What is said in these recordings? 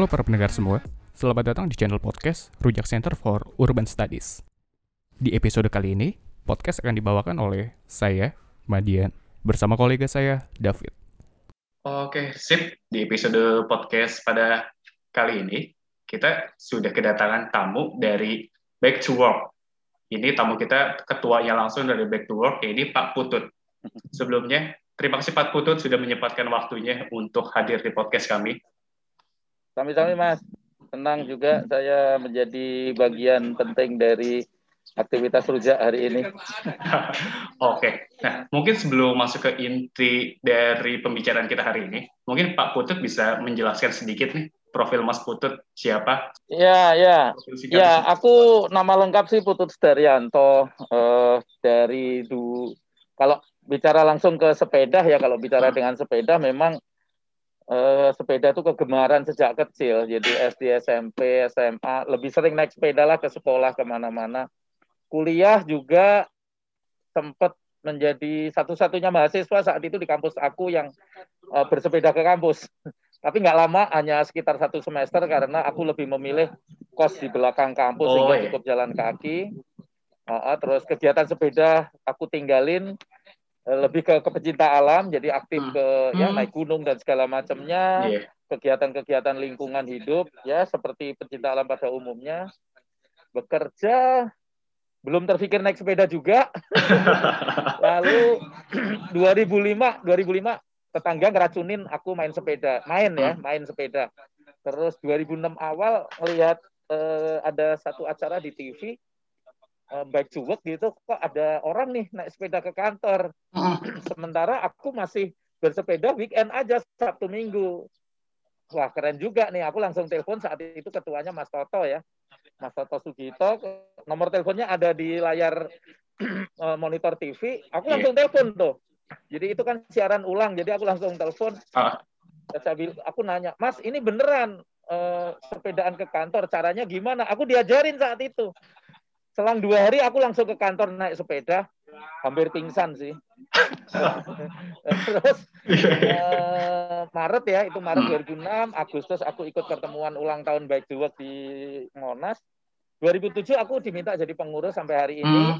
Halo para pendengar semua, selamat datang di channel podcast Rujak Center for Urban Studies. Di episode kali ini, podcast akan dibawakan oleh saya, Madian, bersama kolega saya, David. Oke, sip. Di episode podcast pada kali ini, kita sudah kedatangan tamu dari Back to Work. Ini tamu kita, ketuanya langsung dari Back to Work, ini Pak Putut. Sebelumnya, terima kasih Pak Putut sudah menyempatkan waktunya untuk hadir di podcast kami. Sami-sami Mas, senang juga saya menjadi bagian penting dari aktivitas rujak hari ini. Oke, nah mungkin sebelum masuk ke inti dari pembicaraan kita hari ini, mungkin Pak Putut bisa menjelaskan sedikit nih profil Mas Putut siapa? Ya, aku nama lengkap sih Putut Sudaryanto. Kalau bicara langsung ke sepeda ya, kalau bicara dengan sepeda memang sepeda itu kegemaran sejak kecil. Jadi SD, SMP, SMA lebih sering naik sepeda lah ke sekolah kemana-mana. Kuliah juga sempat menjadi satu-satunya mahasiswa saat itu di kampus aku yang bersepeda ke kampus. Tapi nggak lama, hanya sekitar 1 semester karena aku lebih memilih kos di belakang kampus sehingga cukup jalan kaki. Terus kegiatan sepeda aku tinggalin, lebih ke pecinta alam, jadi aktif naik gunung dan segala macamnya, kegiatan-kegiatan lingkungan hidup ya seperti pecinta alam pada umumnya. Bekerja belum terpikir naik sepeda juga. Lalu 2005 tetangga ngeracunin aku main sepeda. Terus 2006 awal ngelihat ada satu acara di TV, Back to Work gitu, kok ada orang nih naik sepeda ke kantor. Sementara aku masih bersepeda weekend aja, Sabtu Minggu. Wah, keren juga nih. Aku langsung telepon, saat itu ketuanya Mas Toto ya. Mas Toto Sugito, nomor teleponnya ada di layar monitor TV. Aku langsung telepon tuh. Jadi itu kan siaran ulang, jadi aku langsung telepon. Aku nanya, Mas, ini beneran sepedaan ke kantor, caranya gimana? Aku diajarin saat itu. Selang 2 hari aku langsung ke kantor naik sepeda, hampir pingsan sih. Terus Maret 2006, Agustus aku ikut pertemuan ulang tahun Back to Work di Monas. 2007 aku diminta jadi pengurus sampai hari ini.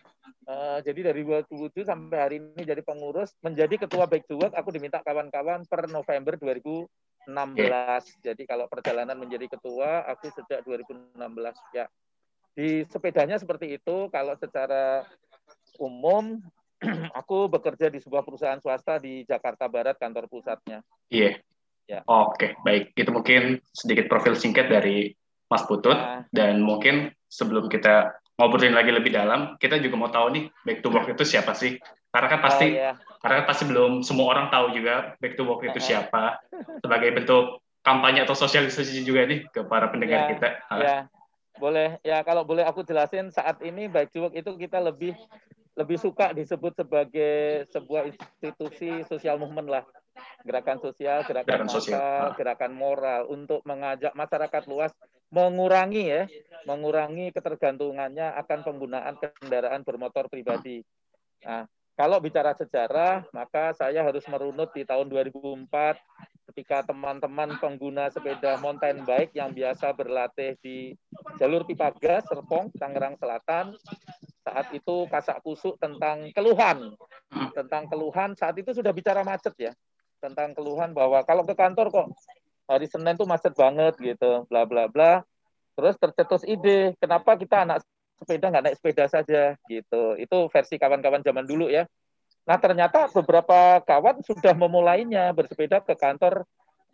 Jadi dari 2007 sampai hari ini jadi pengurus, menjadi ketua Back to Work aku diminta kawan-kawan per November 2016. Jadi kalau perjalanan menjadi ketua aku sejak 2016 ya. Di sepedanya seperti itu. Kalau secara umum, aku bekerja di sebuah perusahaan swasta di Jakarta Barat, kantor pusatnya. Iya. Yeah. Oke, baik. Itu mungkin sedikit profil singkat dari Mas Putut. Dan mungkin sebelum kita ngobrolin lagi lebih dalam, kita juga mau tahu nih, Back to Work itu siapa sih? Karena kan pasti belum semua orang tahu juga Back to Work itu siapa. Sebagai bentuk kampanye atau sosialisasi juga nih ke para pendengar kita. Boleh ya, kalau boleh aku jelasin, saat ini Back to Work itu kita lebih suka disebut sebagai sebuah institusi sosial movement lah, gerakan sosial, gerakan massa, gerakan moral untuk mengajak masyarakat luas mengurangi ketergantungannya akan penggunaan kendaraan bermotor pribadi. Nah, kalau bicara sejarah, maka saya harus merunut di tahun 2004 ketika teman-teman pengguna sepeda mountain bike yang biasa berlatih di jalur Pipagas, Serpong, Tangerang Selatan, saat itu kasak kusuk tentang keluhan saat itu sudah bicara macet ya, tentang keluhan bahwa kalau ke kantor kok hari Senin tuh macet banget gitu, bla bla bla. Terus tercetus ide, kenapa kita anak sepeda nggak naik sepeda saja gitu. Itu versi kawan-kawan zaman dulu ya. Nah, ternyata beberapa kawan sudah memulainya bersepeda ke kantor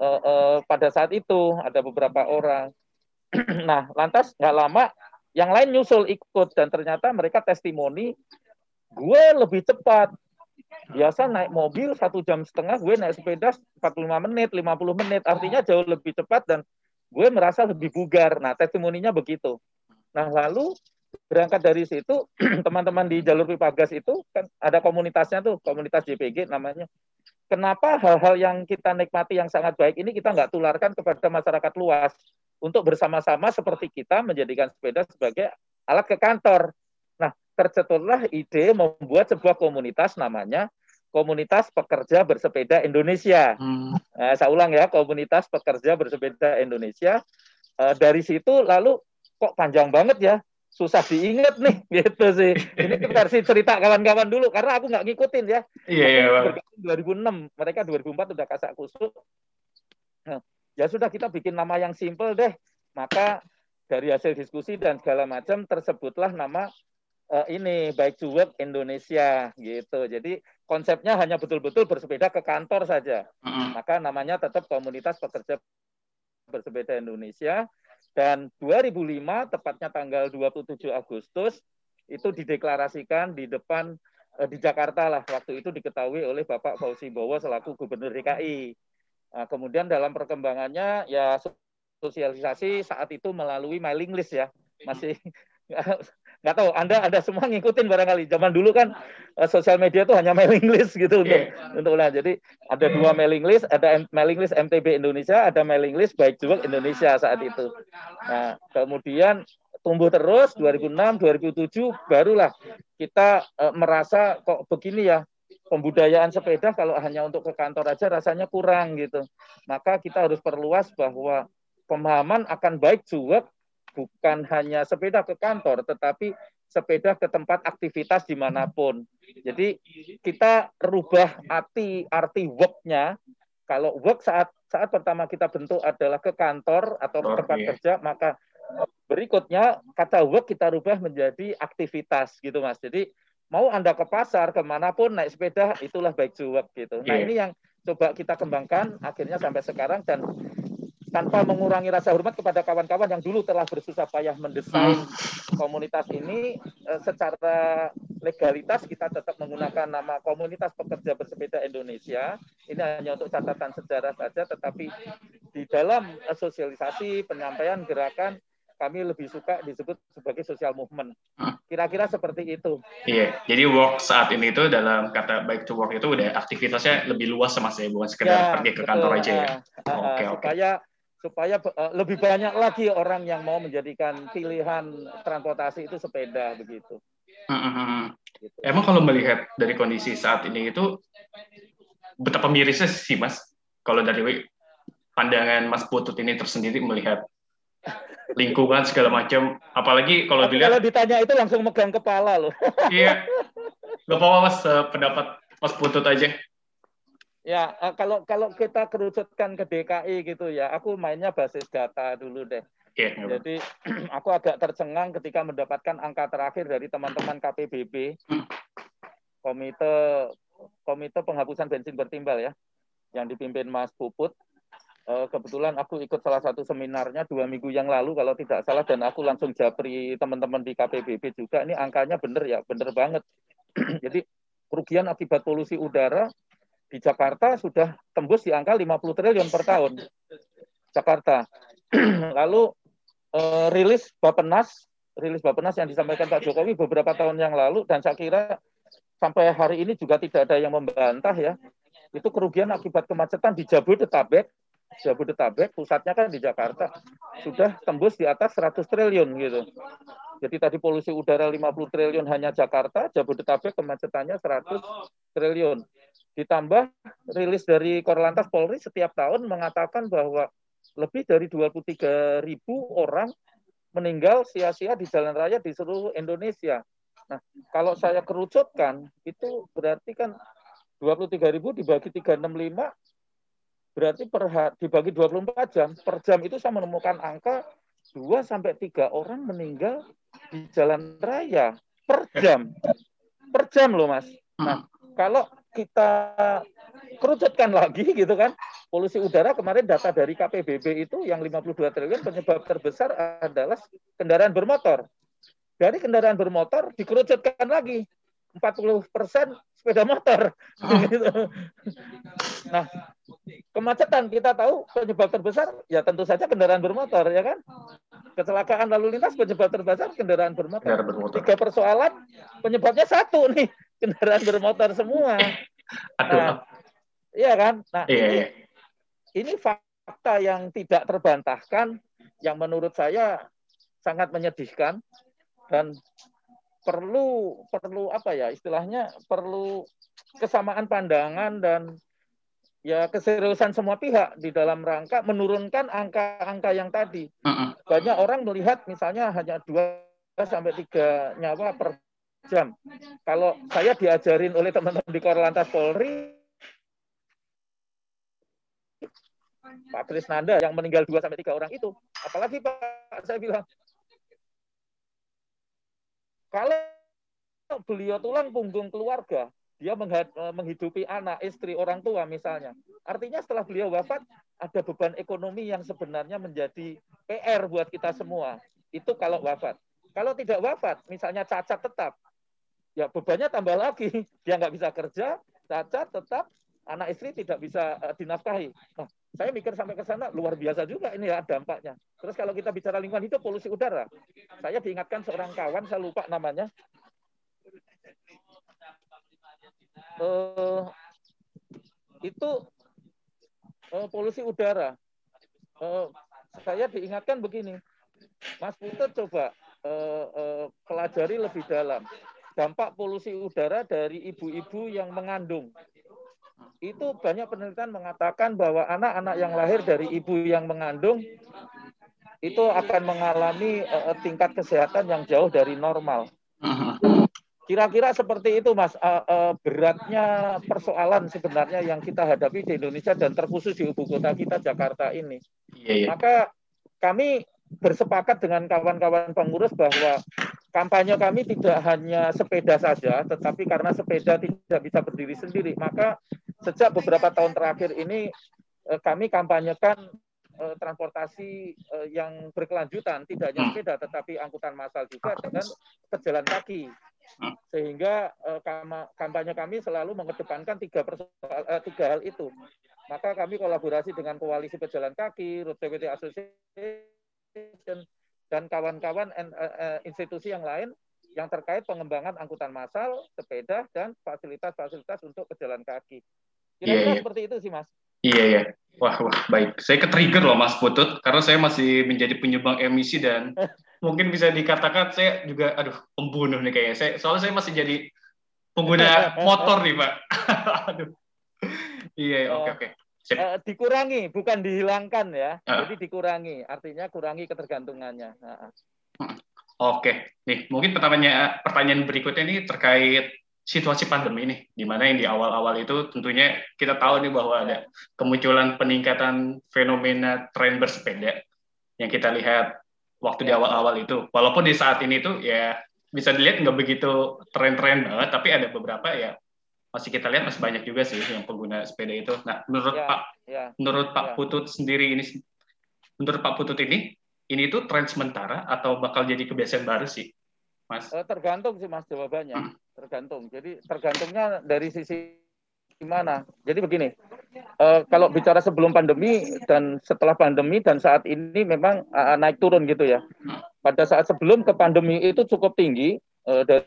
pada saat itu, ada beberapa orang. Nah, lantas nggak lama yang lain nyusul ikut, dan ternyata mereka testimoni, gue lebih cepat. Biasa naik mobil 1,5 jam, gue naik sepeda 45 menit, 50 menit. Artinya jauh lebih cepat dan gue merasa lebih bugar. Nah, testimoninya begitu. Nah, lalu berangkat dari situ, teman-teman di jalur Pipagas itu kan ada komunitasnya tuh, komunitas JPG namanya. Kenapa hal-hal yang kita nikmati yang sangat baik ini kita nggak tularkan kepada masyarakat luas untuk bersama-sama seperti kita menjadikan sepeda sebagai alat ke kantor. Nah, tercetuslah ide membuat sebuah komunitas namanya Komunitas Pekerja Bersepeda Indonesia. Saya ulang ya, Komunitas Pekerja Bersepeda Indonesia. Dari situ lalu kok panjang banget ya, susah diingat nih, gitu sih. Ini versi cerita kawan-kawan dulu, karena aku nggak ngikutin ya. Iya. Bergabung 2006, mereka 2004 udah kasak kusuk. Ya sudah, kita bikin nama yang simple deh. Maka dari hasil diskusi dan segala macam tersebutlah nama ini Bike to Work Indonesia gitu. Jadi konsepnya hanya betul-betul bersepeda ke kantor saja. Maka namanya tetap Komunitas Pekerja Bersepeda Indonesia. Dan 2005 tepatnya tanggal 27 Agustus itu dideklarasikan di depan di Jakarta lah, waktu itu diketahui oleh Bapak Fauzi Bowo selaku Gubernur DKI. Nah, kemudian dalam perkembangannya ya sosialisasi saat itu melalui mailing list ya, masih nggak tahu Anda semua ngikutin barangkali. Zaman dulu kan sosial media itu hanya mailing list gitu untuk lah. Jadi ada dua mailing list, ada mailing list MTB Indonesia, ada mailing list Bike to Work Indonesia saat itu. Nah, kemudian tumbuh terus 2006, 2007 barulah kita merasa kok begini ya, pembudayaan sepeda kalau hanya untuk ke kantor aja rasanya kurang gitu. Maka kita harus perluas bahwa pemahaman akan bike to work bukan hanya sepeda ke kantor, tetapi sepeda ke tempat aktivitas dimanapun. Jadi kita rubah arti work-nya. Kalau work saat pertama kita bentuk adalah ke kantor atau ke tempat kerja, maka berikutnya kata work kita rubah menjadi aktivitas gitu Mas. Jadi mau Anda ke pasar, kemanapun naik sepeda, itulah bike to work gitu. Nah ini yang coba kita kembangkan akhirnya sampai sekarang, dan tanpa mengurangi rasa hormat kepada kawan-kawan yang dulu telah bersusah payah mendesain komunitas ini, secara legalitas kita tetap menggunakan nama Komunitas Pekerja Bersepeda Indonesia. Ini hanya untuk catatan sejarah saja, tetapi di dalam sosialisasi, penyampaian, gerakan, kami lebih suka disebut sebagai social movement. Kira-kira seperti itu. Iya, jadi work saat ini itu dalam kata bike to work itu udah aktivitasnya lebih luas Mas ya, bukan sekedar pergi ke kantor aja ya. Supaya lebih banyak lagi orang yang mau menjadikan pilihan transportasi itu sepeda begitu. Gitu. Emang kalau melihat dari kondisi saat ini itu betapa mirisnya sih Mas, kalau dari pandangan Mas Putut ini tersendiri melihat lingkungan segala macam, apalagi kalau dilihat. Kalau ditanya itu langsung megang kepala loh. Iya, nggak apa-apa Mas, pendapat Mas Putut aja. Ya, kalau kita kerucutkan ke DKI gitu ya, aku mainnya basis data dulu deh. Jadi aku agak tercengang ketika mendapatkan angka terakhir dari teman-teman KPBB, Komite Penghapusan Bensin Bertimbal ya, yang dipimpin Mas Puput. Kebetulan aku ikut salah satu seminarnya 2 minggu yang lalu kalau tidak salah, dan aku langsung japri teman-teman di KPBB juga. Ini angkanya bener ya, bener banget. Jadi kerugian akibat polusi udara di Jakarta sudah tembus di angka 50 triliun per tahun. Jakarta. Lalu rilis Bappenas yang disampaikan Pak Jokowi beberapa tahun yang lalu, dan saya kira sampai hari ini juga tidak ada yang membantah ya. Itu kerugian akibat kemacetan di Jabodetabek, pusatnya kan di Jakarta, sudah tembus di atas 100 triliun gitu. Jadi tadi polusi udara 50 triliun hanya Jakarta, Jabodetabek kemacetannya 100 triliun. Ditambah rilis dari Korlantas Polri setiap tahun mengatakan bahwa lebih dari 23.000 orang meninggal sia-sia di jalan raya di seluruh Indonesia. Nah, kalau saya kerucutkan, itu berarti kan 23.000 dibagi 365, berarti dibagi 24 jam. Per jam itu saya menemukan angka 2-3 orang meninggal di jalan raya. Per jam. Per jam loh, Mas. Nah, kalau kita kerucutkan lagi gitu kan, polusi udara kemarin data dari KPBB itu yang 52 triliun, penyebab terbesar adalah kendaraan bermotor. Dari kendaraan bermotor dikerucutkan lagi 40% sepeda motor. Nah, kemacetan kita tahu penyebab terbesar ya tentu saja kendaraan bermotor ya kan. Kecelakaan lalu lintas penyebab terbesar kendaraan bermotor. 3 persoalan penyebabnya satu nih, kendaraan bermotor semua. Nah, iya kan? Nah, ini fakta yang tidak terbantahkan, yang menurut saya sangat menyedihkan, dan perlu apa ya istilahnya, perlu kesamaan pandangan dan ya keseriusan semua pihak di dalam rangka menurunkan angka-angka yang tadi. Banyak orang melihat misalnya hanya 2-3 nyawa per jam. Kalau saya diajarin oleh teman-teman di Korlantas Polri, Pak Krisnanda yang meninggal 2-3 orang itu, apalagi Pak, saya bilang, kalau beliau tulang punggung keluarga, dia menghidupi anak, istri, orang tua misalnya. Artinya setelah beliau wafat, ada beban ekonomi yang sebenarnya menjadi PR buat kita semua. Itu kalau wafat. Kalau tidak wafat, misalnya cacat tetap, ya bebannya tambah lagi. Dia nggak bisa kerja, cacat tetap, anak istri tidak bisa dinafkahi. Nah, saya mikir sampai ke sana, luar biasa juga ini ya dampaknya. Terus kalau kita bicara lingkungan hidup, polusi udara. Saya diingatkan seorang kawan, saya lupa namanya, itu polusi udara. Saya diingatkan begini, Mas Putut coba pelajari lebih dalam dampak polusi udara dari ibu-ibu yang mengandung. Itu banyak penelitian mengatakan bahwa anak-anak yang lahir dari ibu yang mengandung itu akan mengalami tingkat kesehatan yang jauh dari normal. Kira-kira seperti itu, Mas, beratnya persoalan sebenarnya yang kita hadapi di Indonesia dan terkhusus di ibu kota kita, Jakarta ini. Maka kami bersepakat dengan kawan-kawan pengurus bahwa kampanye kami tidak hanya sepeda saja, tetapi karena sepeda tidak bisa berdiri sendiri, maka sejak beberapa tahun terakhir ini kami kampanyekan transportasi yang berkelanjutan, tidak hanya sepeda, tetapi angkutan massal juga dan pejalan kaki. Sehingga kampanye kami selalu mengedepankan 3 hal itu. Maka kami kolaborasi dengan Koalisi Pejalan Kaki, Road Safety Association, dan kawan-kawan institusi yang lain yang terkait pengembangan angkutan massal, sepeda, dan fasilitas-fasilitas untuk pejalan kaki. Kira-kira seperti itu sih, Mas. Iya. Wah, baik. Saya ke-trigger loh, Mas Putut, karena saya masih menjadi penyumbang emisi dan mungkin bisa dikatakan saya juga, pembunuh nih kayaknya. Soalnya saya masih jadi pengguna motor nih, Pak. Aduh. Iya, oke. Dikurangi, bukan dihilangkan ya. Jadi dikurangi, artinya kurangi ketergantungannya. Oke, nih mungkin pertanyaan berikutnya ini terkait situasi pandemi nih, di mana yang di awal-awal itu tentunya kita tahu nih bahwa ada kemunculan peningkatan fenomena tren bersepeda yang kita lihat waktu di awal-awal itu. Walaupun di saat ini tuh ya bisa dilihat nggak begitu tren-tren banget, tapi ada beberapa ya masih kita lihat masih banyak juga sih yang pengguna sepeda itu. Nah, menurut Pak Putut sendiri ini, menurut Pak Putut ini tuh tren sementara atau bakal jadi kebiasaan baru sih, Mas? Tergantung sih, Mas, jawabannya. Tergantung. Jadi tergantungnya dari sisi mana. Jadi begini, kalau bicara sebelum pandemi dan setelah pandemi dan saat ini memang naik turun gitu ya. Pada saat sebelum ke pandemi itu cukup tinggi, dari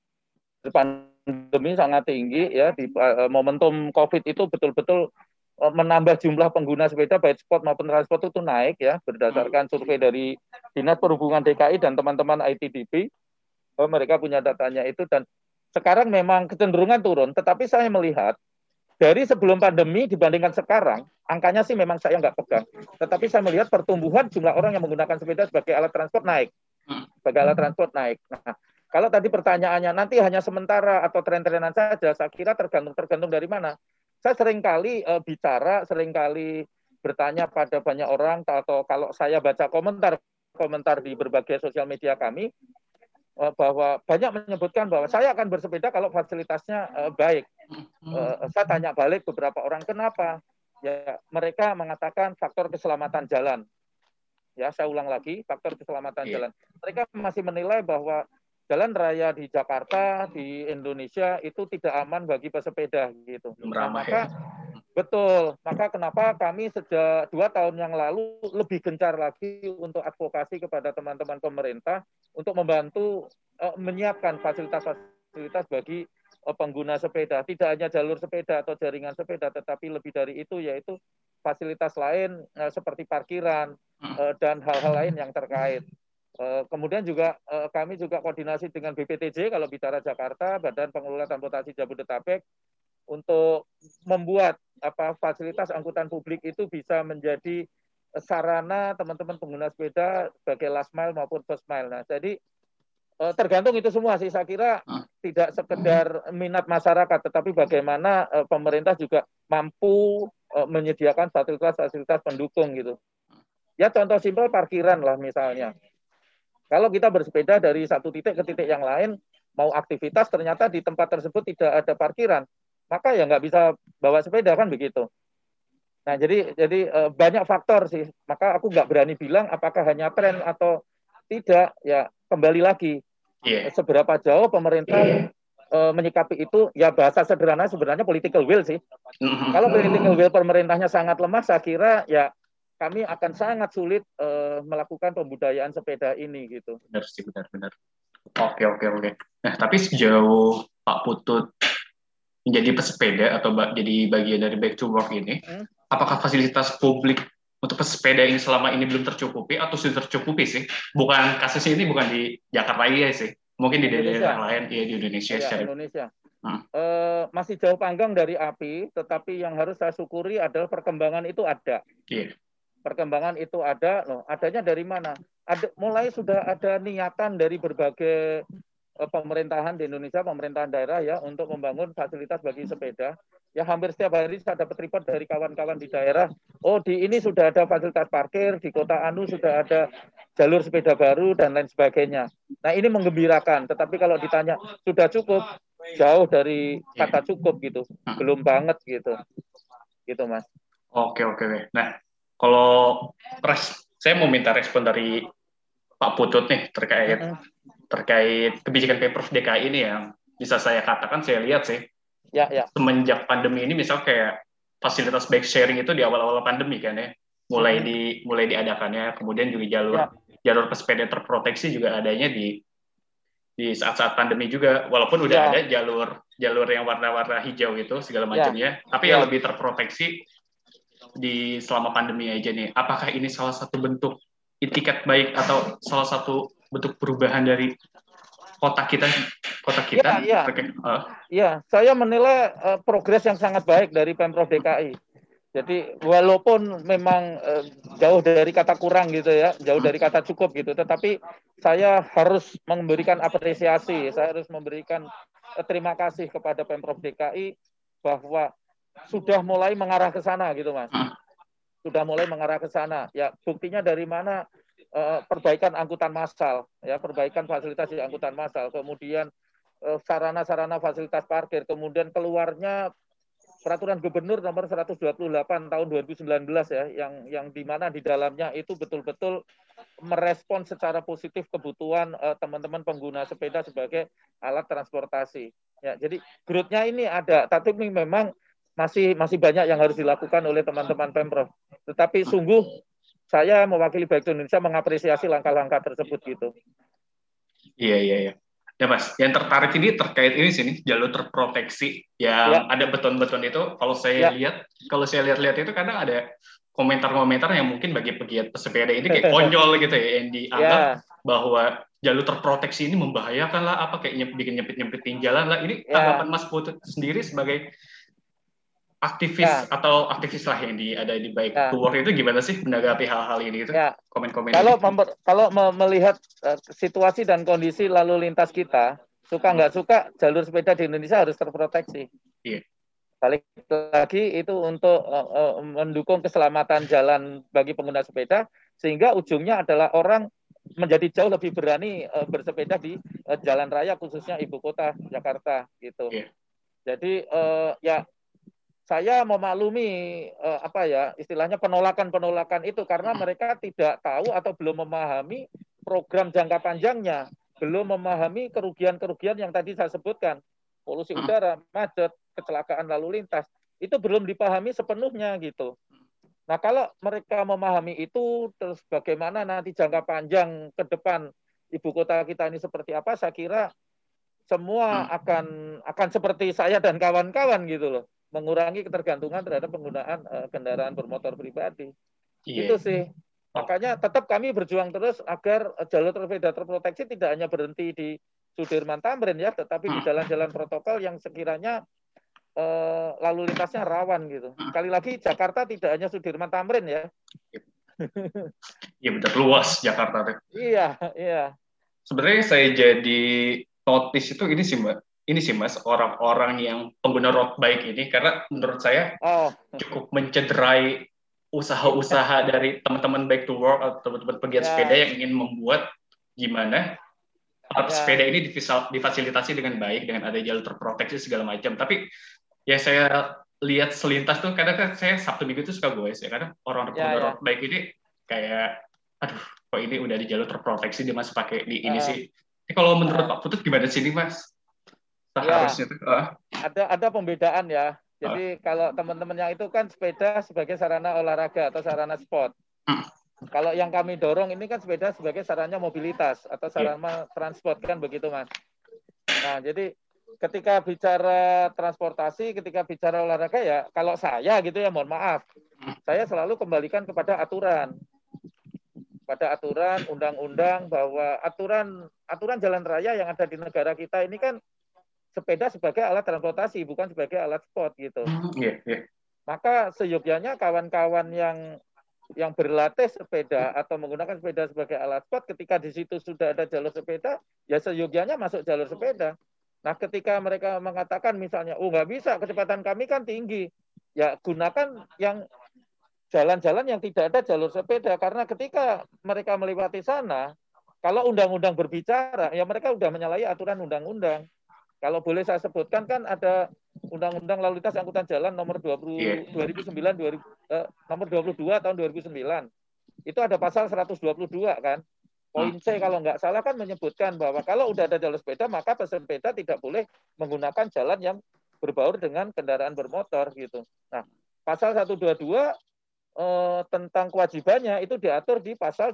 pandemi sangat tinggi ya, di momentum COVID itu betul-betul menambah jumlah pengguna sepeda baik sport maupun transport itu naik ya, berdasarkan survei dari Dinas Perhubungan DKI dan teman-teman ITDB. Mereka punya datanya itu, dan sekarang memang kecenderungan turun, tetapi saya melihat dari sebelum pandemi dibandingkan sekarang, angkanya sih memang saya nggak pegang, tetapi saya melihat pertumbuhan jumlah orang yang menggunakan sepeda sebagai alat transport naik. Nah, kalau tadi pertanyaannya nanti hanya sementara atau tren-trenan saja, saya kira tergantung dari mana. Saya seringkali seringkali bertanya pada banyak orang, atau kalau saya baca komentar di berbagai sosial media kami, bahwa banyak menyebutkan bahwa saya akan bersepeda kalau fasilitasnya baik. Saya tanya balik beberapa orang, kenapa? Ya, mereka mengatakan faktor keselamatan jalan. Ya, saya ulang lagi, faktor keselamatan jalan. Mereka masih menilai bahwa jalan raya di Jakarta, di Indonesia itu tidak aman bagi pesepeda gitu. Betul. Maka kenapa kami sejak 2 tahun yang lalu lebih gencar lagi untuk advokasi kepada teman-teman pemerintah untuk membantu menyiapkan fasilitas-fasilitas bagi pengguna sepeda. Tidak hanya jalur sepeda atau jaringan sepeda, tetapi lebih dari itu yaitu fasilitas lain seperti parkiran dan hal-hal lain yang terkait. Kemudian juga kami juga koordinasi dengan BPTJ kalau bicara Jakarta, Badan Pengelola Transportasi Jabodetabek, untuk membuat fasilitas angkutan publik itu bisa menjadi sarana teman-teman pengguna sepeda sebagai last mile maupun first mile. Nah, jadi tergantung itu semua sih. Saya kira tidak sekedar minat masyarakat, tetapi bagaimana pemerintah juga mampu menyediakan fasilitas-fasilitas pendukung gitu. Ya contoh simpel parkiran lah misalnya. Kalau kita bersepeda dari satu titik ke titik yang lain, mau aktivitas ternyata di tempat tersebut tidak ada parkiran, maka ya nggak bisa bawa sepeda kan begitu. Nah jadi banyak faktor sih. Maka aku nggak berani bilang apakah hanya tren atau tidak. Ya kembali lagi seberapa jauh pemerintah menyikapi itu. Ya bahasa sederhana sebenarnya political will sih. Kalau political will pemerintahnya sangat lemah, saya kira ya kami akan sangat sulit melakukan pembudayaan sepeda ini gitu. Benar sih, benar. Oke. Nah, tapi sejauh Pak Putut menjadi pesepeda atau jadi bagian dari Back to Work ini, apakah fasilitas publik untuk pesepeda ini selama ini belum tercukupi atau sudah tercukupi sih? Bukan kasusnya ini bukan di Jakarta ya sih, mungkin di daerah lain ya di Indonesia. Indonesia. Masih jauh panggang dari api, tetapi yang harus saya syukuri adalah perkembangan itu ada. Perkembangan itu ada, adanya dari mana? Mulai sudah ada niatan dari berbagai pemerintahan di Indonesia, pemerintahan daerah ya, untuk membangun fasilitas bagi sepeda. Ya hampir setiap hari saya dapat report dari kawan-kawan di daerah, di ini sudah ada fasilitas parkir, di kota Anu sudah ada jalur sepeda baru, dan lain sebagainya. Nah ini menggembirakan, tetapi kalau ditanya sudah cukup, jauh dari kata cukup gitu, belum banget gitu Mas. Oke. Nah, kalau saya mau minta respon dari Pak Putut nih terkait kebijakan Pemprov DKI ini yang bisa saya katakan saya lihat sih semenjak pandemi ini, misal kayak fasilitas bike sharing itu di awal-awal pandemi kan ya mulai diadakannya, kemudian juga jalur pesepeda terproteksi juga adanya di saat-saat pandemi juga, walaupun udah ada jalur yang warna-warna hijau itu segala macamnya, tapi yang lebih terproteksi di selama pandemi aja nih. Apakah ini salah satu bentuk itikat baik atau salah satu bentuk perubahan dari kota kita? Iya, saya menilai progres yang sangat baik dari Pemprov DKI. Jadi walaupun memang jauh dari kata kurang gitu ya, jauh dari kata cukup gitu, tetapi saya harus memberikan apresiasi, saya harus memberikan terima kasih kepada Pemprov DKI bahwa sudah mulai mengarah ke sana gitu Mas. Sudah mulai mengarah ke sana. Ya buktinya dari mana? Perbaikan angkutan massal, ya perbaikan fasilitas di angkutan massal, kemudian sarana-sarana fasilitas parkir, kemudian keluarnya Peraturan Gubernur nomor 128 tahun 2019 ya, yang di mana di dalamnya itu betul-betul merespon secara positif kebutuhan teman-teman pengguna sepeda sebagai alat transportasi. Ya, jadi growth-nya ini ada, tapi memang masih banyak yang harus dilakukan oleh teman-teman Pemprov. Tetapi sungguh saya mewakili Bike to Indonesia mengapresiasi langkah-langkah tersebut gitu. Iya. Ya Mas, yang tertarik ini terkait ini sini jalur terproteksi yang ada beton-beton itu. Kalau saya lihat itu kadang ada komentar-komentar yang mungkin bagi pegiat pesepeda ini kayak konyol gitu ya, yang dianggap bahwa jalur terproteksi ini membahayakan lah, apa kayak bikin nyempit-nyempitin jalan lah. Ini tanggapan Mas Putut sendiri sebagai aktivis atau aktivis lah yang ada di Bike to Work itu gimana sih menanggapi hal-hal ini itu? Komen-komen. Kalau melihat situasi dan kondisi lalu lintas kita, suka nggak suka jalur sepeda di Indonesia harus terproteksi. Iya. Balik lagi itu untuk mendukung keselamatan jalan bagi pengguna sepeda, sehingga ujungnya adalah orang menjadi jauh lebih berani bersepeda di jalan raya khususnya ibu kota Jakarta gitu. Iya. Jadi saya memaklumi istilahnya penolakan itu karena mereka tidak tahu atau belum memahami program jangka panjangnya, belum memahami kerugian-kerugian yang tadi saya sebutkan, polusi udara, macet, kecelakaan lalu lintas, itu belum dipahami sepenuhnya gitu. Nah kalau mereka memahami itu, terus bagaimana nanti jangka panjang ke depan ibu kota kita ini seperti apa, saya kira semua akan seperti saya dan kawan-kawan gitu loh, mengurangi ketergantungan terhadap penggunaan kendaraan bermotor pribadi. Itu sih. Makanya tetap kami berjuang terus agar jalur sepeda terproteksi tidak hanya berhenti di Sudirman Tamrin ya, tetapi di jalan-jalan protokol yang sekiranya lalu lintasnya rawan gitu. Sekali lagi Jakarta tidak hanya Sudirman Tamrin ya. Iya benar, luas Jakarta tuh. Iya, iya. Sebenarnya saya jadi notice itu ini sih Mbak. Ini sih Mas, orang-orang yang pengguna road bike ini karena menurut saya Oh, cukup mencederai usaha-usaha dari teman-teman bike to work atau teman-teman pegiat sepeda ya, yang ingin membuat gimana sepeda ya, ini difasilitasi dengan baik dengan ada jalur terproteksi segala macam. Tapi ya saya lihat selintas tuh kadang kan saya Sabtu Minggu tuh suka goes ya karena orang ya, pengguna ya. road bike ini kayak aduh kok ini udah di jalur terproteksi dia masih pakai di ini Uh, sih. Tapi kalau menurut uh, Pak Putut gimana sih ini Mas? ya, Seharusnya tuh ada pembedaan ya. uh, Jadi kalau teman-teman yang itu kan sepeda sebagai sarana olahraga atau sarana sport. uh, Kalau yang kami dorong ini kan sepeda sebagai sarana mobilitas atau yeah. sarana transport kan begitu Mas. Nah, jadi ketika bicara transportasi, ketika bicara olahraga ya kalau saya gitu ya mohon maaf. Saya selalu kembalikan kepada aturan. Pada aturan undang-undang bahwa aturan jalan raya yang ada di negara kita ini kan sepeda sebagai alat transportasi bukan sebagai alat sport gitu. Yeah, yeah. Maka seyogyanya kawan-kawan yang berlatih sepeda atau menggunakan sepeda sebagai alat sport ketika di situ sudah ada jalur sepeda, ya seyogyanya masuk jalur sepeda. Nah, ketika mereka mengatakan misalnya, oh nggak bisa, kecepatan kami kan tinggi, ya gunakan yang jalan-jalan yang tidak ada jalur sepeda. Karena ketika mereka melewati sana, kalau undang-undang berbicara, ya mereka sudah menyalahi aturan undang-undang. Kalau boleh saya sebutkan kan ada Undang-Undang Lalu Lintas Angkutan Jalan nomor 20, 2009 nomor 22 tahun 2009. Itu ada pasal 122 kan. Poin C kalau nggak salah kan menyebutkan bahwa kalau udah ada jalur sepeda maka pesepeda tidak boleh menggunakan jalan yang berbaur dengan kendaraan bermotor gitu. Nah, pasal 122 tentang kewajibannya itu diatur di pasal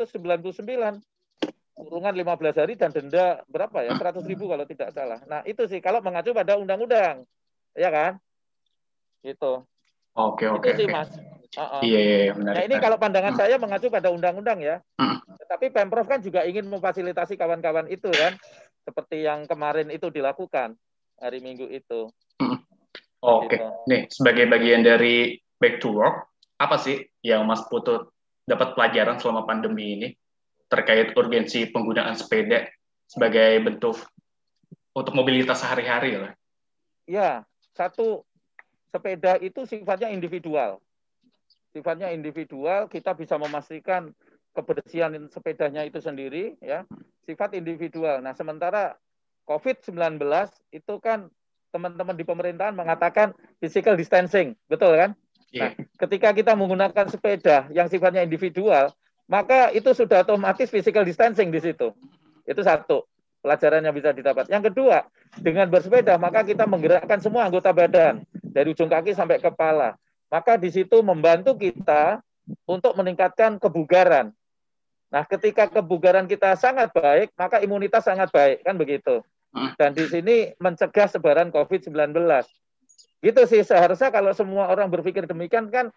299 kurungan 15 hari dan denda berapa ya 100.000 kalau tidak salah. Nah itu sih kalau mengacu pada undang-undang, ya kan? Gitu. Oke Itu oke sih oke. Mas. Iya iya Nah menarik ini menarik. kalau pandangan saya mengacu pada undang-undang ya. Tetapi Pemprov kan juga ingin memfasilitasi kawan-kawan itu kan, seperti yang kemarin itu dilakukan hari Minggu itu. Oke, Gitu. nih sebagai bagian dari back to work, apa sih yang Mas Putut dapat pelajaran selama pandemi ini terkait urgensi penggunaan sepeda sebagai bentuk untuk mobilitas sehari-hari lah? Ya, satu, sepeda itu sifatnya individual. Sifatnya individual, kita bisa memastikan kebersihan sepedanya itu sendiri, ya, sifat individual. Nah, sementara COVID-19 itu kan teman-teman di pemerintahan mengatakan physical distancing, betul kan? Nah, ketika kita menggunakan sepeda yang sifatnya individual, maka itu sudah otomatis physical distancing di situ. Itu satu, pelajaran yang bisa didapat. Yang kedua, dengan bersepeda, maka kita menggerakkan semua anggota badan, dari ujung kaki sampai kepala. Maka di situ membantu kita untuk meningkatkan kebugaran. Nah, ketika kebugaran kita sangat baik, maka imunitas sangat baik, kan begitu. Dan di sini mencegah sebaran COVID-19. Gitu sih, seharusnya kalau semua orang berpikir demikian kan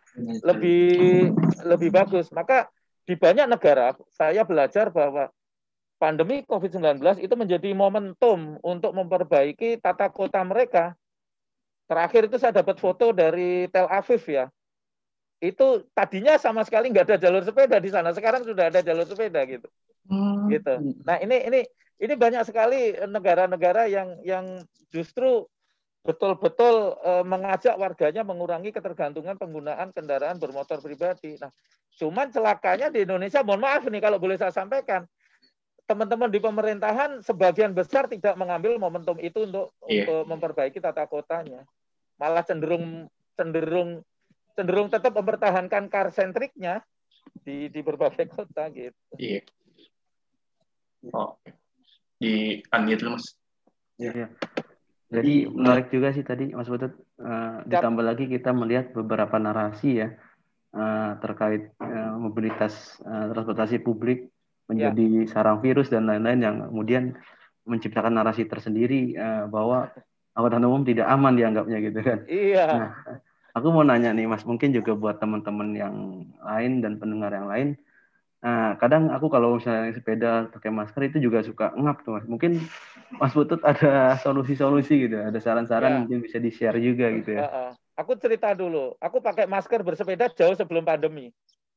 lebih bagus. Maka di banyak negara, saya belajar bahwa pandemi COVID-19 itu menjadi momentum untuk memperbaiki tata kota mereka. Terakhir itu saya dapat foto dari Tel Aviv ya. Itu tadinya sama sekali nggak ada jalur sepeda di sana. Sekarang sudah ada jalur sepeda gitu. Gitu. Nah ini banyak sekali negara-negara yang justru betul-betul mengajak warganya mengurangi ketergantungan penggunaan kendaraan bermotor pribadi. Nah, cuman celakanya di Indonesia, mohon maaf nih kalau boleh saya sampaikan, teman-teman di pemerintahan sebagian besar tidak mengambil momentum itu untuk memperbaiki tata kotanya. Malah cenderung tetap mempertahankan car centricnya di berbagai kota gitu. Iya. Oh, di unmute dulu Mas. Iya. Jadi menarik juga sih tadi Mas Putut. Ditambah lagi kita melihat beberapa narasi ya terkait mobilitas transportasi publik menjadi sarang virus dan lain-lain yang kemudian menciptakan narasi tersendiri bahwa angkutan umum tidak aman dianggapnya gitu kan. Iya. Nah, aku mau nanya nih Mas, mungkin juga buat teman-teman yang lain dan pendengar yang lain. Kadang aku kalau misalnya sepeda pakai masker itu juga suka ngap tuh Mas. Mungkin Mas Putut ada solusi-solusi gitu, ada saran-saran Ya, mungkin bisa di-share juga gitu ya. aku cerita dulu. Aku pakai masker bersepeda jauh sebelum pandemi.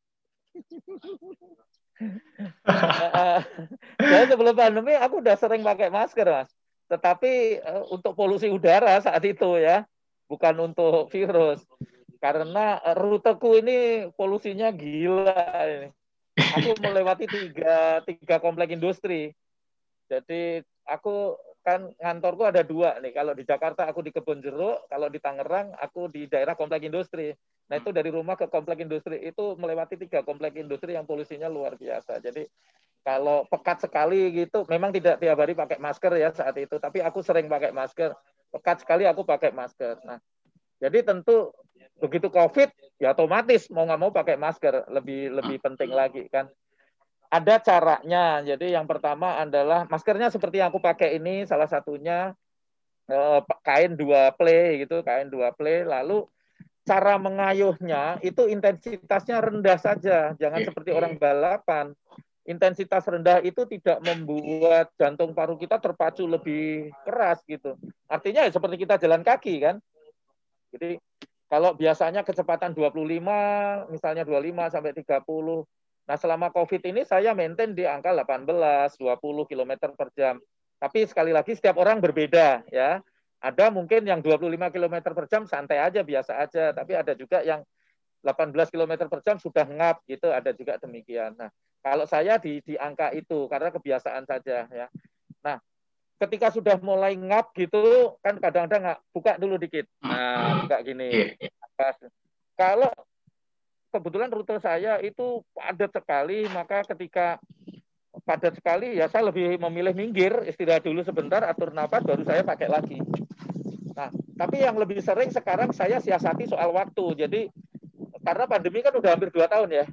Jauh sebelum pandemi aku udah sering pakai masker, Mas. Tetapi untuk polusi udara saat itu ya, bukan untuk virus. Karena ruteku ini polusinya gila ini. Aku melewati tiga komplek industri. Jadi aku kan ngantorku ada dua nih. Kalau di Jakarta aku di Kebon Jeruk, kalau di Tangerang aku di daerah komplek industri. Nah itu dari rumah ke komplek industri itu melewati 3 komplek industri yang polusinya luar biasa. Jadi kalau pekat sekali gitu, memang tidak tiap hari pakai masker ya saat itu. Tapi aku sering pakai masker. Pekat sekali aku pakai masker. Nah jadi tentu begitu COVID ya otomatis mau nggak mau pakai masker. Lebih penting lagi kan. Ada caranya. Jadi yang pertama adalah maskernya seperti yang aku pakai ini, salah satunya kain 2 play gitu, kain 2 play. Lalu cara mengayuhnya itu intensitasnya rendah saja, jangan seperti orang balapan. Intensitas rendah itu tidak membuat jantung paru kita terpacu lebih keras gitu. Artinya ya seperti kita jalan kaki kan. Jadi kalau biasanya kecepatan 25, misalnya 25 sampai 30. Nah, selama COVID ini saya maintain di angka 18, 20 km per jam. Tapi sekali lagi setiap orang berbeda ya. Ada mungkin yang 25 km per jam santai aja, biasa aja. Tapi ada juga yang 18 km per jam sudah ngap gitu, ada juga demikian. Nah, kalau saya di angka itu karena kebiasaan saja ya. Nah, ketika sudah mulai ngap gitu kan kadang-kadang nggak buka dulu dikit. Nah, buka gini. Kalau kebetulan rute saya itu padat sekali, maka ketika padat sekali ya saya lebih memilih minggir, istirahat dulu sebentar, atur nafas, baru saya pakai lagi. Nah, tapi yang lebih sering sekarang saya siasati soal waktu. Jadi karena pandemi kan udah hampir 2 tahun ya.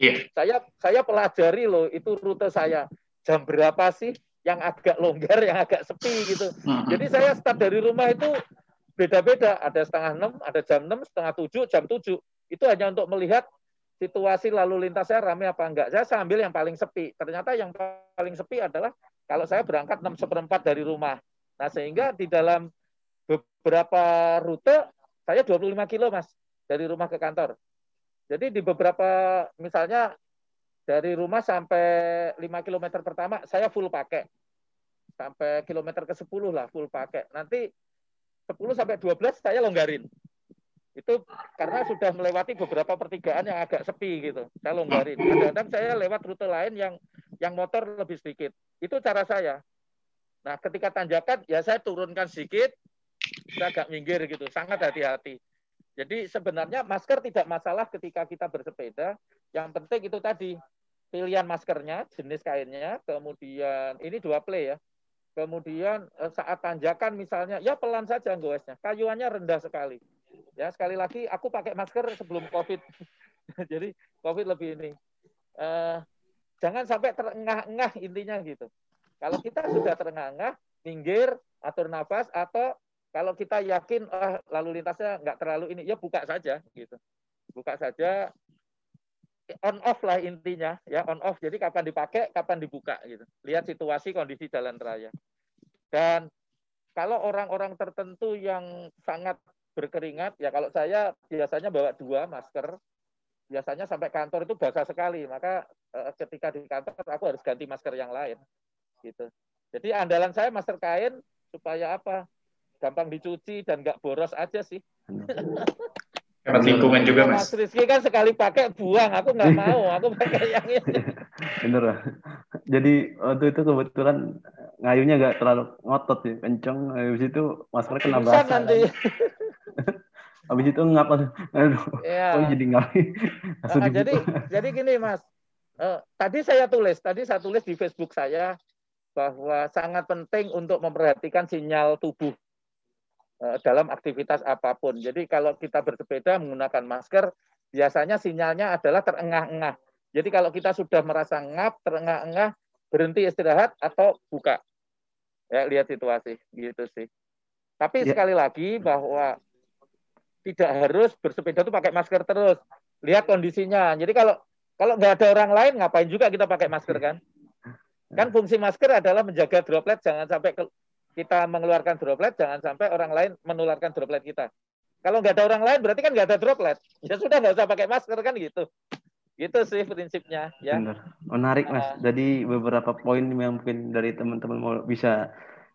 Saya pelajari loh itu rute saya. Jam berapa sih yang agak longgar, yang agak sepi gitu. Jadi saya start dari rumah itu beda-beda. Ada 5:30, ada jam 6, 6:30, jam 7. Itu hanya untuk melihat situasi lalu lintasnya ramai apa enggak. Saya ambil yang paling sepi. Ternyata yang paling sepi adalah kalau saya berangkat 6/4 dari rumah. Nah, sehingga di dalam beberapa rute saya 25 kilo, Mas, dari rumah ke kantor. Jadi di beberapa, misalnya dari rumah sampai 5 km pertama, saya full pakai. Sampai kilometer ke-10 lah, full pakai. Nanti 10 sampai 12 saya longgarin. Itu karena sudah melewati beberapa pertigaan yang agak sepi gitu. Saya longgarin. Kadang-kadang saya lewat rute lain yang motor lebih sedikit. Itu cara saya. Nah, ketika tanjakan, ya saya turunkan sedikit, saya agak minggir gitu. Sangat hati-hati. Jadi sebenarnya masker tidak masalah ketika kita bersepeda. Yang penting itu tadi, pilihan maskernya, jenis kainnya, kemudian ini 2 play ya. Kemudian saat tanjakan misalnya, ya pelan saja goesnya. Kayuannya rendah sekali. Ya sekali lagi, aku pakai masker sebelum COVID. Jadi COVID lebih ini. Jangan sampai terengah-engah intinya gitu. Kalau kita sudah terengah-engah, minggir, atur nafas, atau kalau kita yakin lalu lintasnya nggak terlalu ini, ya buka saja gitu. Buka saja, on off lah intinya, ya on off. Jadi kapan dipakai, kapan dibuka gitu. Lihat situasi kondisi jalan raya. Dan kalau orang-orang tertentu yang sangat berkeringat, ya kalau saya biasanya bawa 2 masker. Biasanya sampai kantor itu basah sekali, maka ketika di kantor aku harus ganti masker yang lain gitu. Jadi andalan saya masker kain supaya apa? Gampang dicuci dan nggak boros aja sih. Hemat lingkungan juga, Mas. Mas Rizky kan sekali pakai buang, aku nggak mau, aku pakai yang ini. Bener lah. Jadi waktu itu kebetulan ngayunya nggak terlalu ngotot sih, kenceng. Habis itu maskernya kena basah. Nanti. Habis itu ngap, aduh, ya. kok jadi ngap. Jadi gini Mas, tadi saya tulis di Facebook saya bahwa sangat penting untuk memperhatikan sinyal tubuh dalam aktivitas apapun. Jadi kalau kita bersepeda menggunakan masker, biasanya sinyalnya adalah terengah-engah. Jadi kalau kita sudah merasa ngap, terengah-engah, berhenti istirahat atau buka. Ya, lihat situasi gitu sih. Tapi sekali lagi bahwa tidak harus bersepeda itu pakai masker terus. Lihat kondisinya. Jadi kalau nggak ada orang lain, ngapain juga kita pakai masker kan? Kan fungsi masker adalah menjaga droplet jangan sampai kita mengeluarkan droplet, jangan sampai orang lain menularkan droplet kita. Kalau nggak ada orang lain, berarti kan nggak ada droplet. Ya sudah, nggak usah pakai masker kan gitu. Gitu sih prinsipnya. Ya. Benar. Menarik Mas. Jadi beberapa poin yang mungkin dari teman-teman mau bisa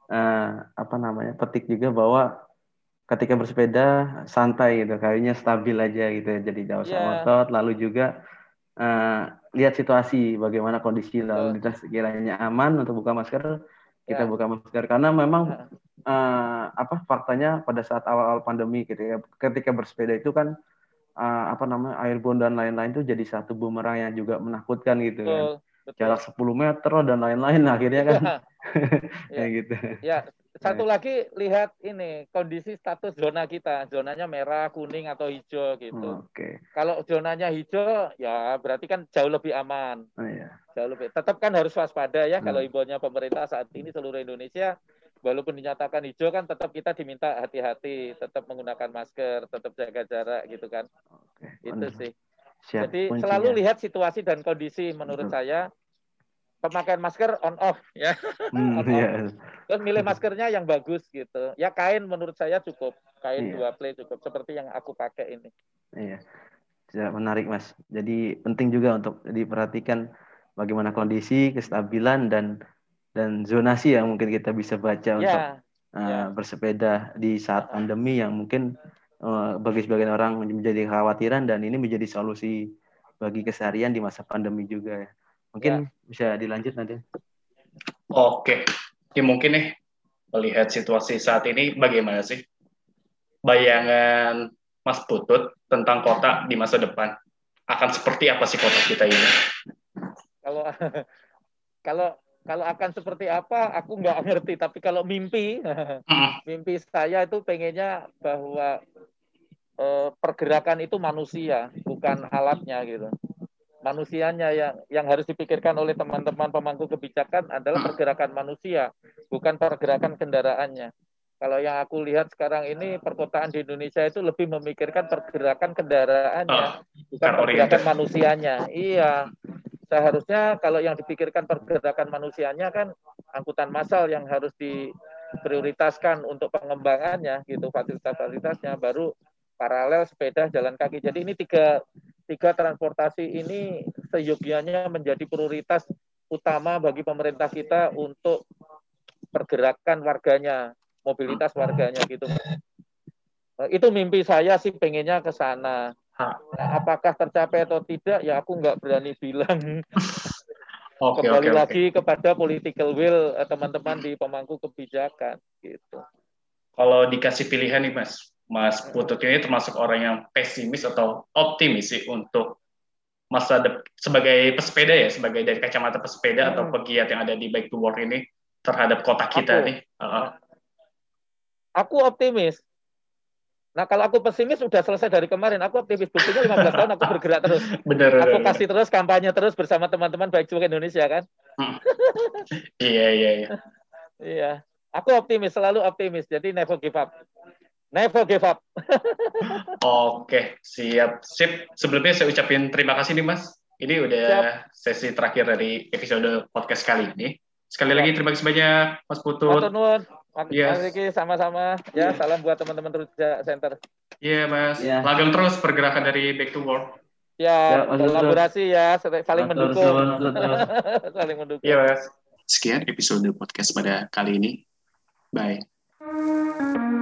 petik juga bahwa ketika bersepeda santai gitu, kayaknya stabil aja gitu, jadi jauh sama otot. Lalu juga lihat situasi, bagaimana kondisi lalu lintas, kiranya aman untuk buka masker, kita buka masker. Karena memang faktanya pada saat awal-awal pandemi ketika bersepeda itu kan airborne dan lain-lain itu jadi satu bumerang yang juga menakutkan gitu kan. Jarak 10 meter dan lain-lain, akhirnya kan kayak gitu. Ya, satu lagi lihat ini kondisi status zona kita, zonanya merah, kuning atau hijau gitu. Kalau zonanya hijau, ya berarti kan jauh lebih aman. Jauh lebih. Tetap kan harus waspada ya kalau himbauannya pemerintah saat ini seluruh Indonesia, walaupun dinyatakan hijau kan tetap kita diminta hati-hati, tetap menggunakan masker, tetap jaga jarak gitu kan. Itu sih. Jadi selalu lihat situasi dan kondisi menurut saya. Pemakaian masker on off ya. Terus milih maskernya yang bagus gitu. Ya kain menurut saya cukup. Kain 2 play cukup seperti yang aku pakai ini. Iya. Menarik Mas. Jadi penting juga untuk diperhatikan bagaimana kondisi, kestabilan dan zonasi yang mungkin kita bisa baca untuk bersepeda di saat pandemi yang mungkin bagi sebagian orang menjadi kekhawatiran, dan ini menjadi solusi bagi keseharian di masa pandemi juga ya. Mungkin bisa dilanjut nanti. Oke. Ya, mungkin nih melihat situasi saat ini bagaimana sih bayangan Mas Putut tentang kota di masa depan? Akan seperti apa sih kota kita ini? Kalau akan seperti apa, aku nggak ngerti. Tapi kalau mimpi saya itu pengennya bahwa pergerakan itu manusia, bukan alatnya gitu. Manusianya yang harus dipikirkan oleh teman-teman pemangku kebijakan adalah pergerakan manusia, bukan pergerakan kendaraannya. Kalau yang aku lihat sekarang ini, perkotaan di Indonesia itu lebih memikirkan pergerakan kendaraannya, bukan pergerakan manusianya. Iya, seharusnya kalau yang dipikirkan pergerakan manusianya kan angkutan massal yang harus diprioritaskan untuk pengembangannya, gitu, fasilitas-fasilitasnya, baru paralel sepeda, jalan kaki. Jadi ini tiga transportasi ini seyogianya menjadi prioritas utama bagi pemerintah kita untuk pergerakan warganya, mobilitas warganya gitu. Itu mimpi saya sih, pengennya ke sana. Apakah tercapai atau tidak, ya aku nggak berani bilang. Kembali lagi kepada political will teman-teman di pemangku kebijakan gitu. Kalau dikasih pilihan nih Mas Putut ini termasuk orang yang pesimis atau optimis sih untuk sebagai pesepeda ya, sebagai dari kacamata pesepeda atau pegiat yang ada di Bike to Work ini terhadap kota kita nih? Aku optimis. Nah, kalau aku pesimis udah selesai dari kemarin. Aku optimis, buktinya 15 tahun aku bergerak terus. Aku kasih terus, kampanye terus bersama teman-teman Bike to Work Indonesia kan. Iya. Aku optimis, selalu optimis. Jadi never give up. Never give up. Oke, siap. Sip. Sebelumnya saya ucapin terima kasih nih Mas. Ini udah sesi terakhir dari episode podcast kali ini. Sekali lagi terima kasih banyak Mas Putut. Matur nuwun. Mas Riki, sama-sama. Ya, salam buat teman-teman Rujak Center. Iya, Mas. Langgeng terus pergerakan dari Back to Work. Ya, kolaborasi ya, saling mendukung. Saling mendukung. Iya, Mas. Sekian episode podcast pada kali ini. Bye.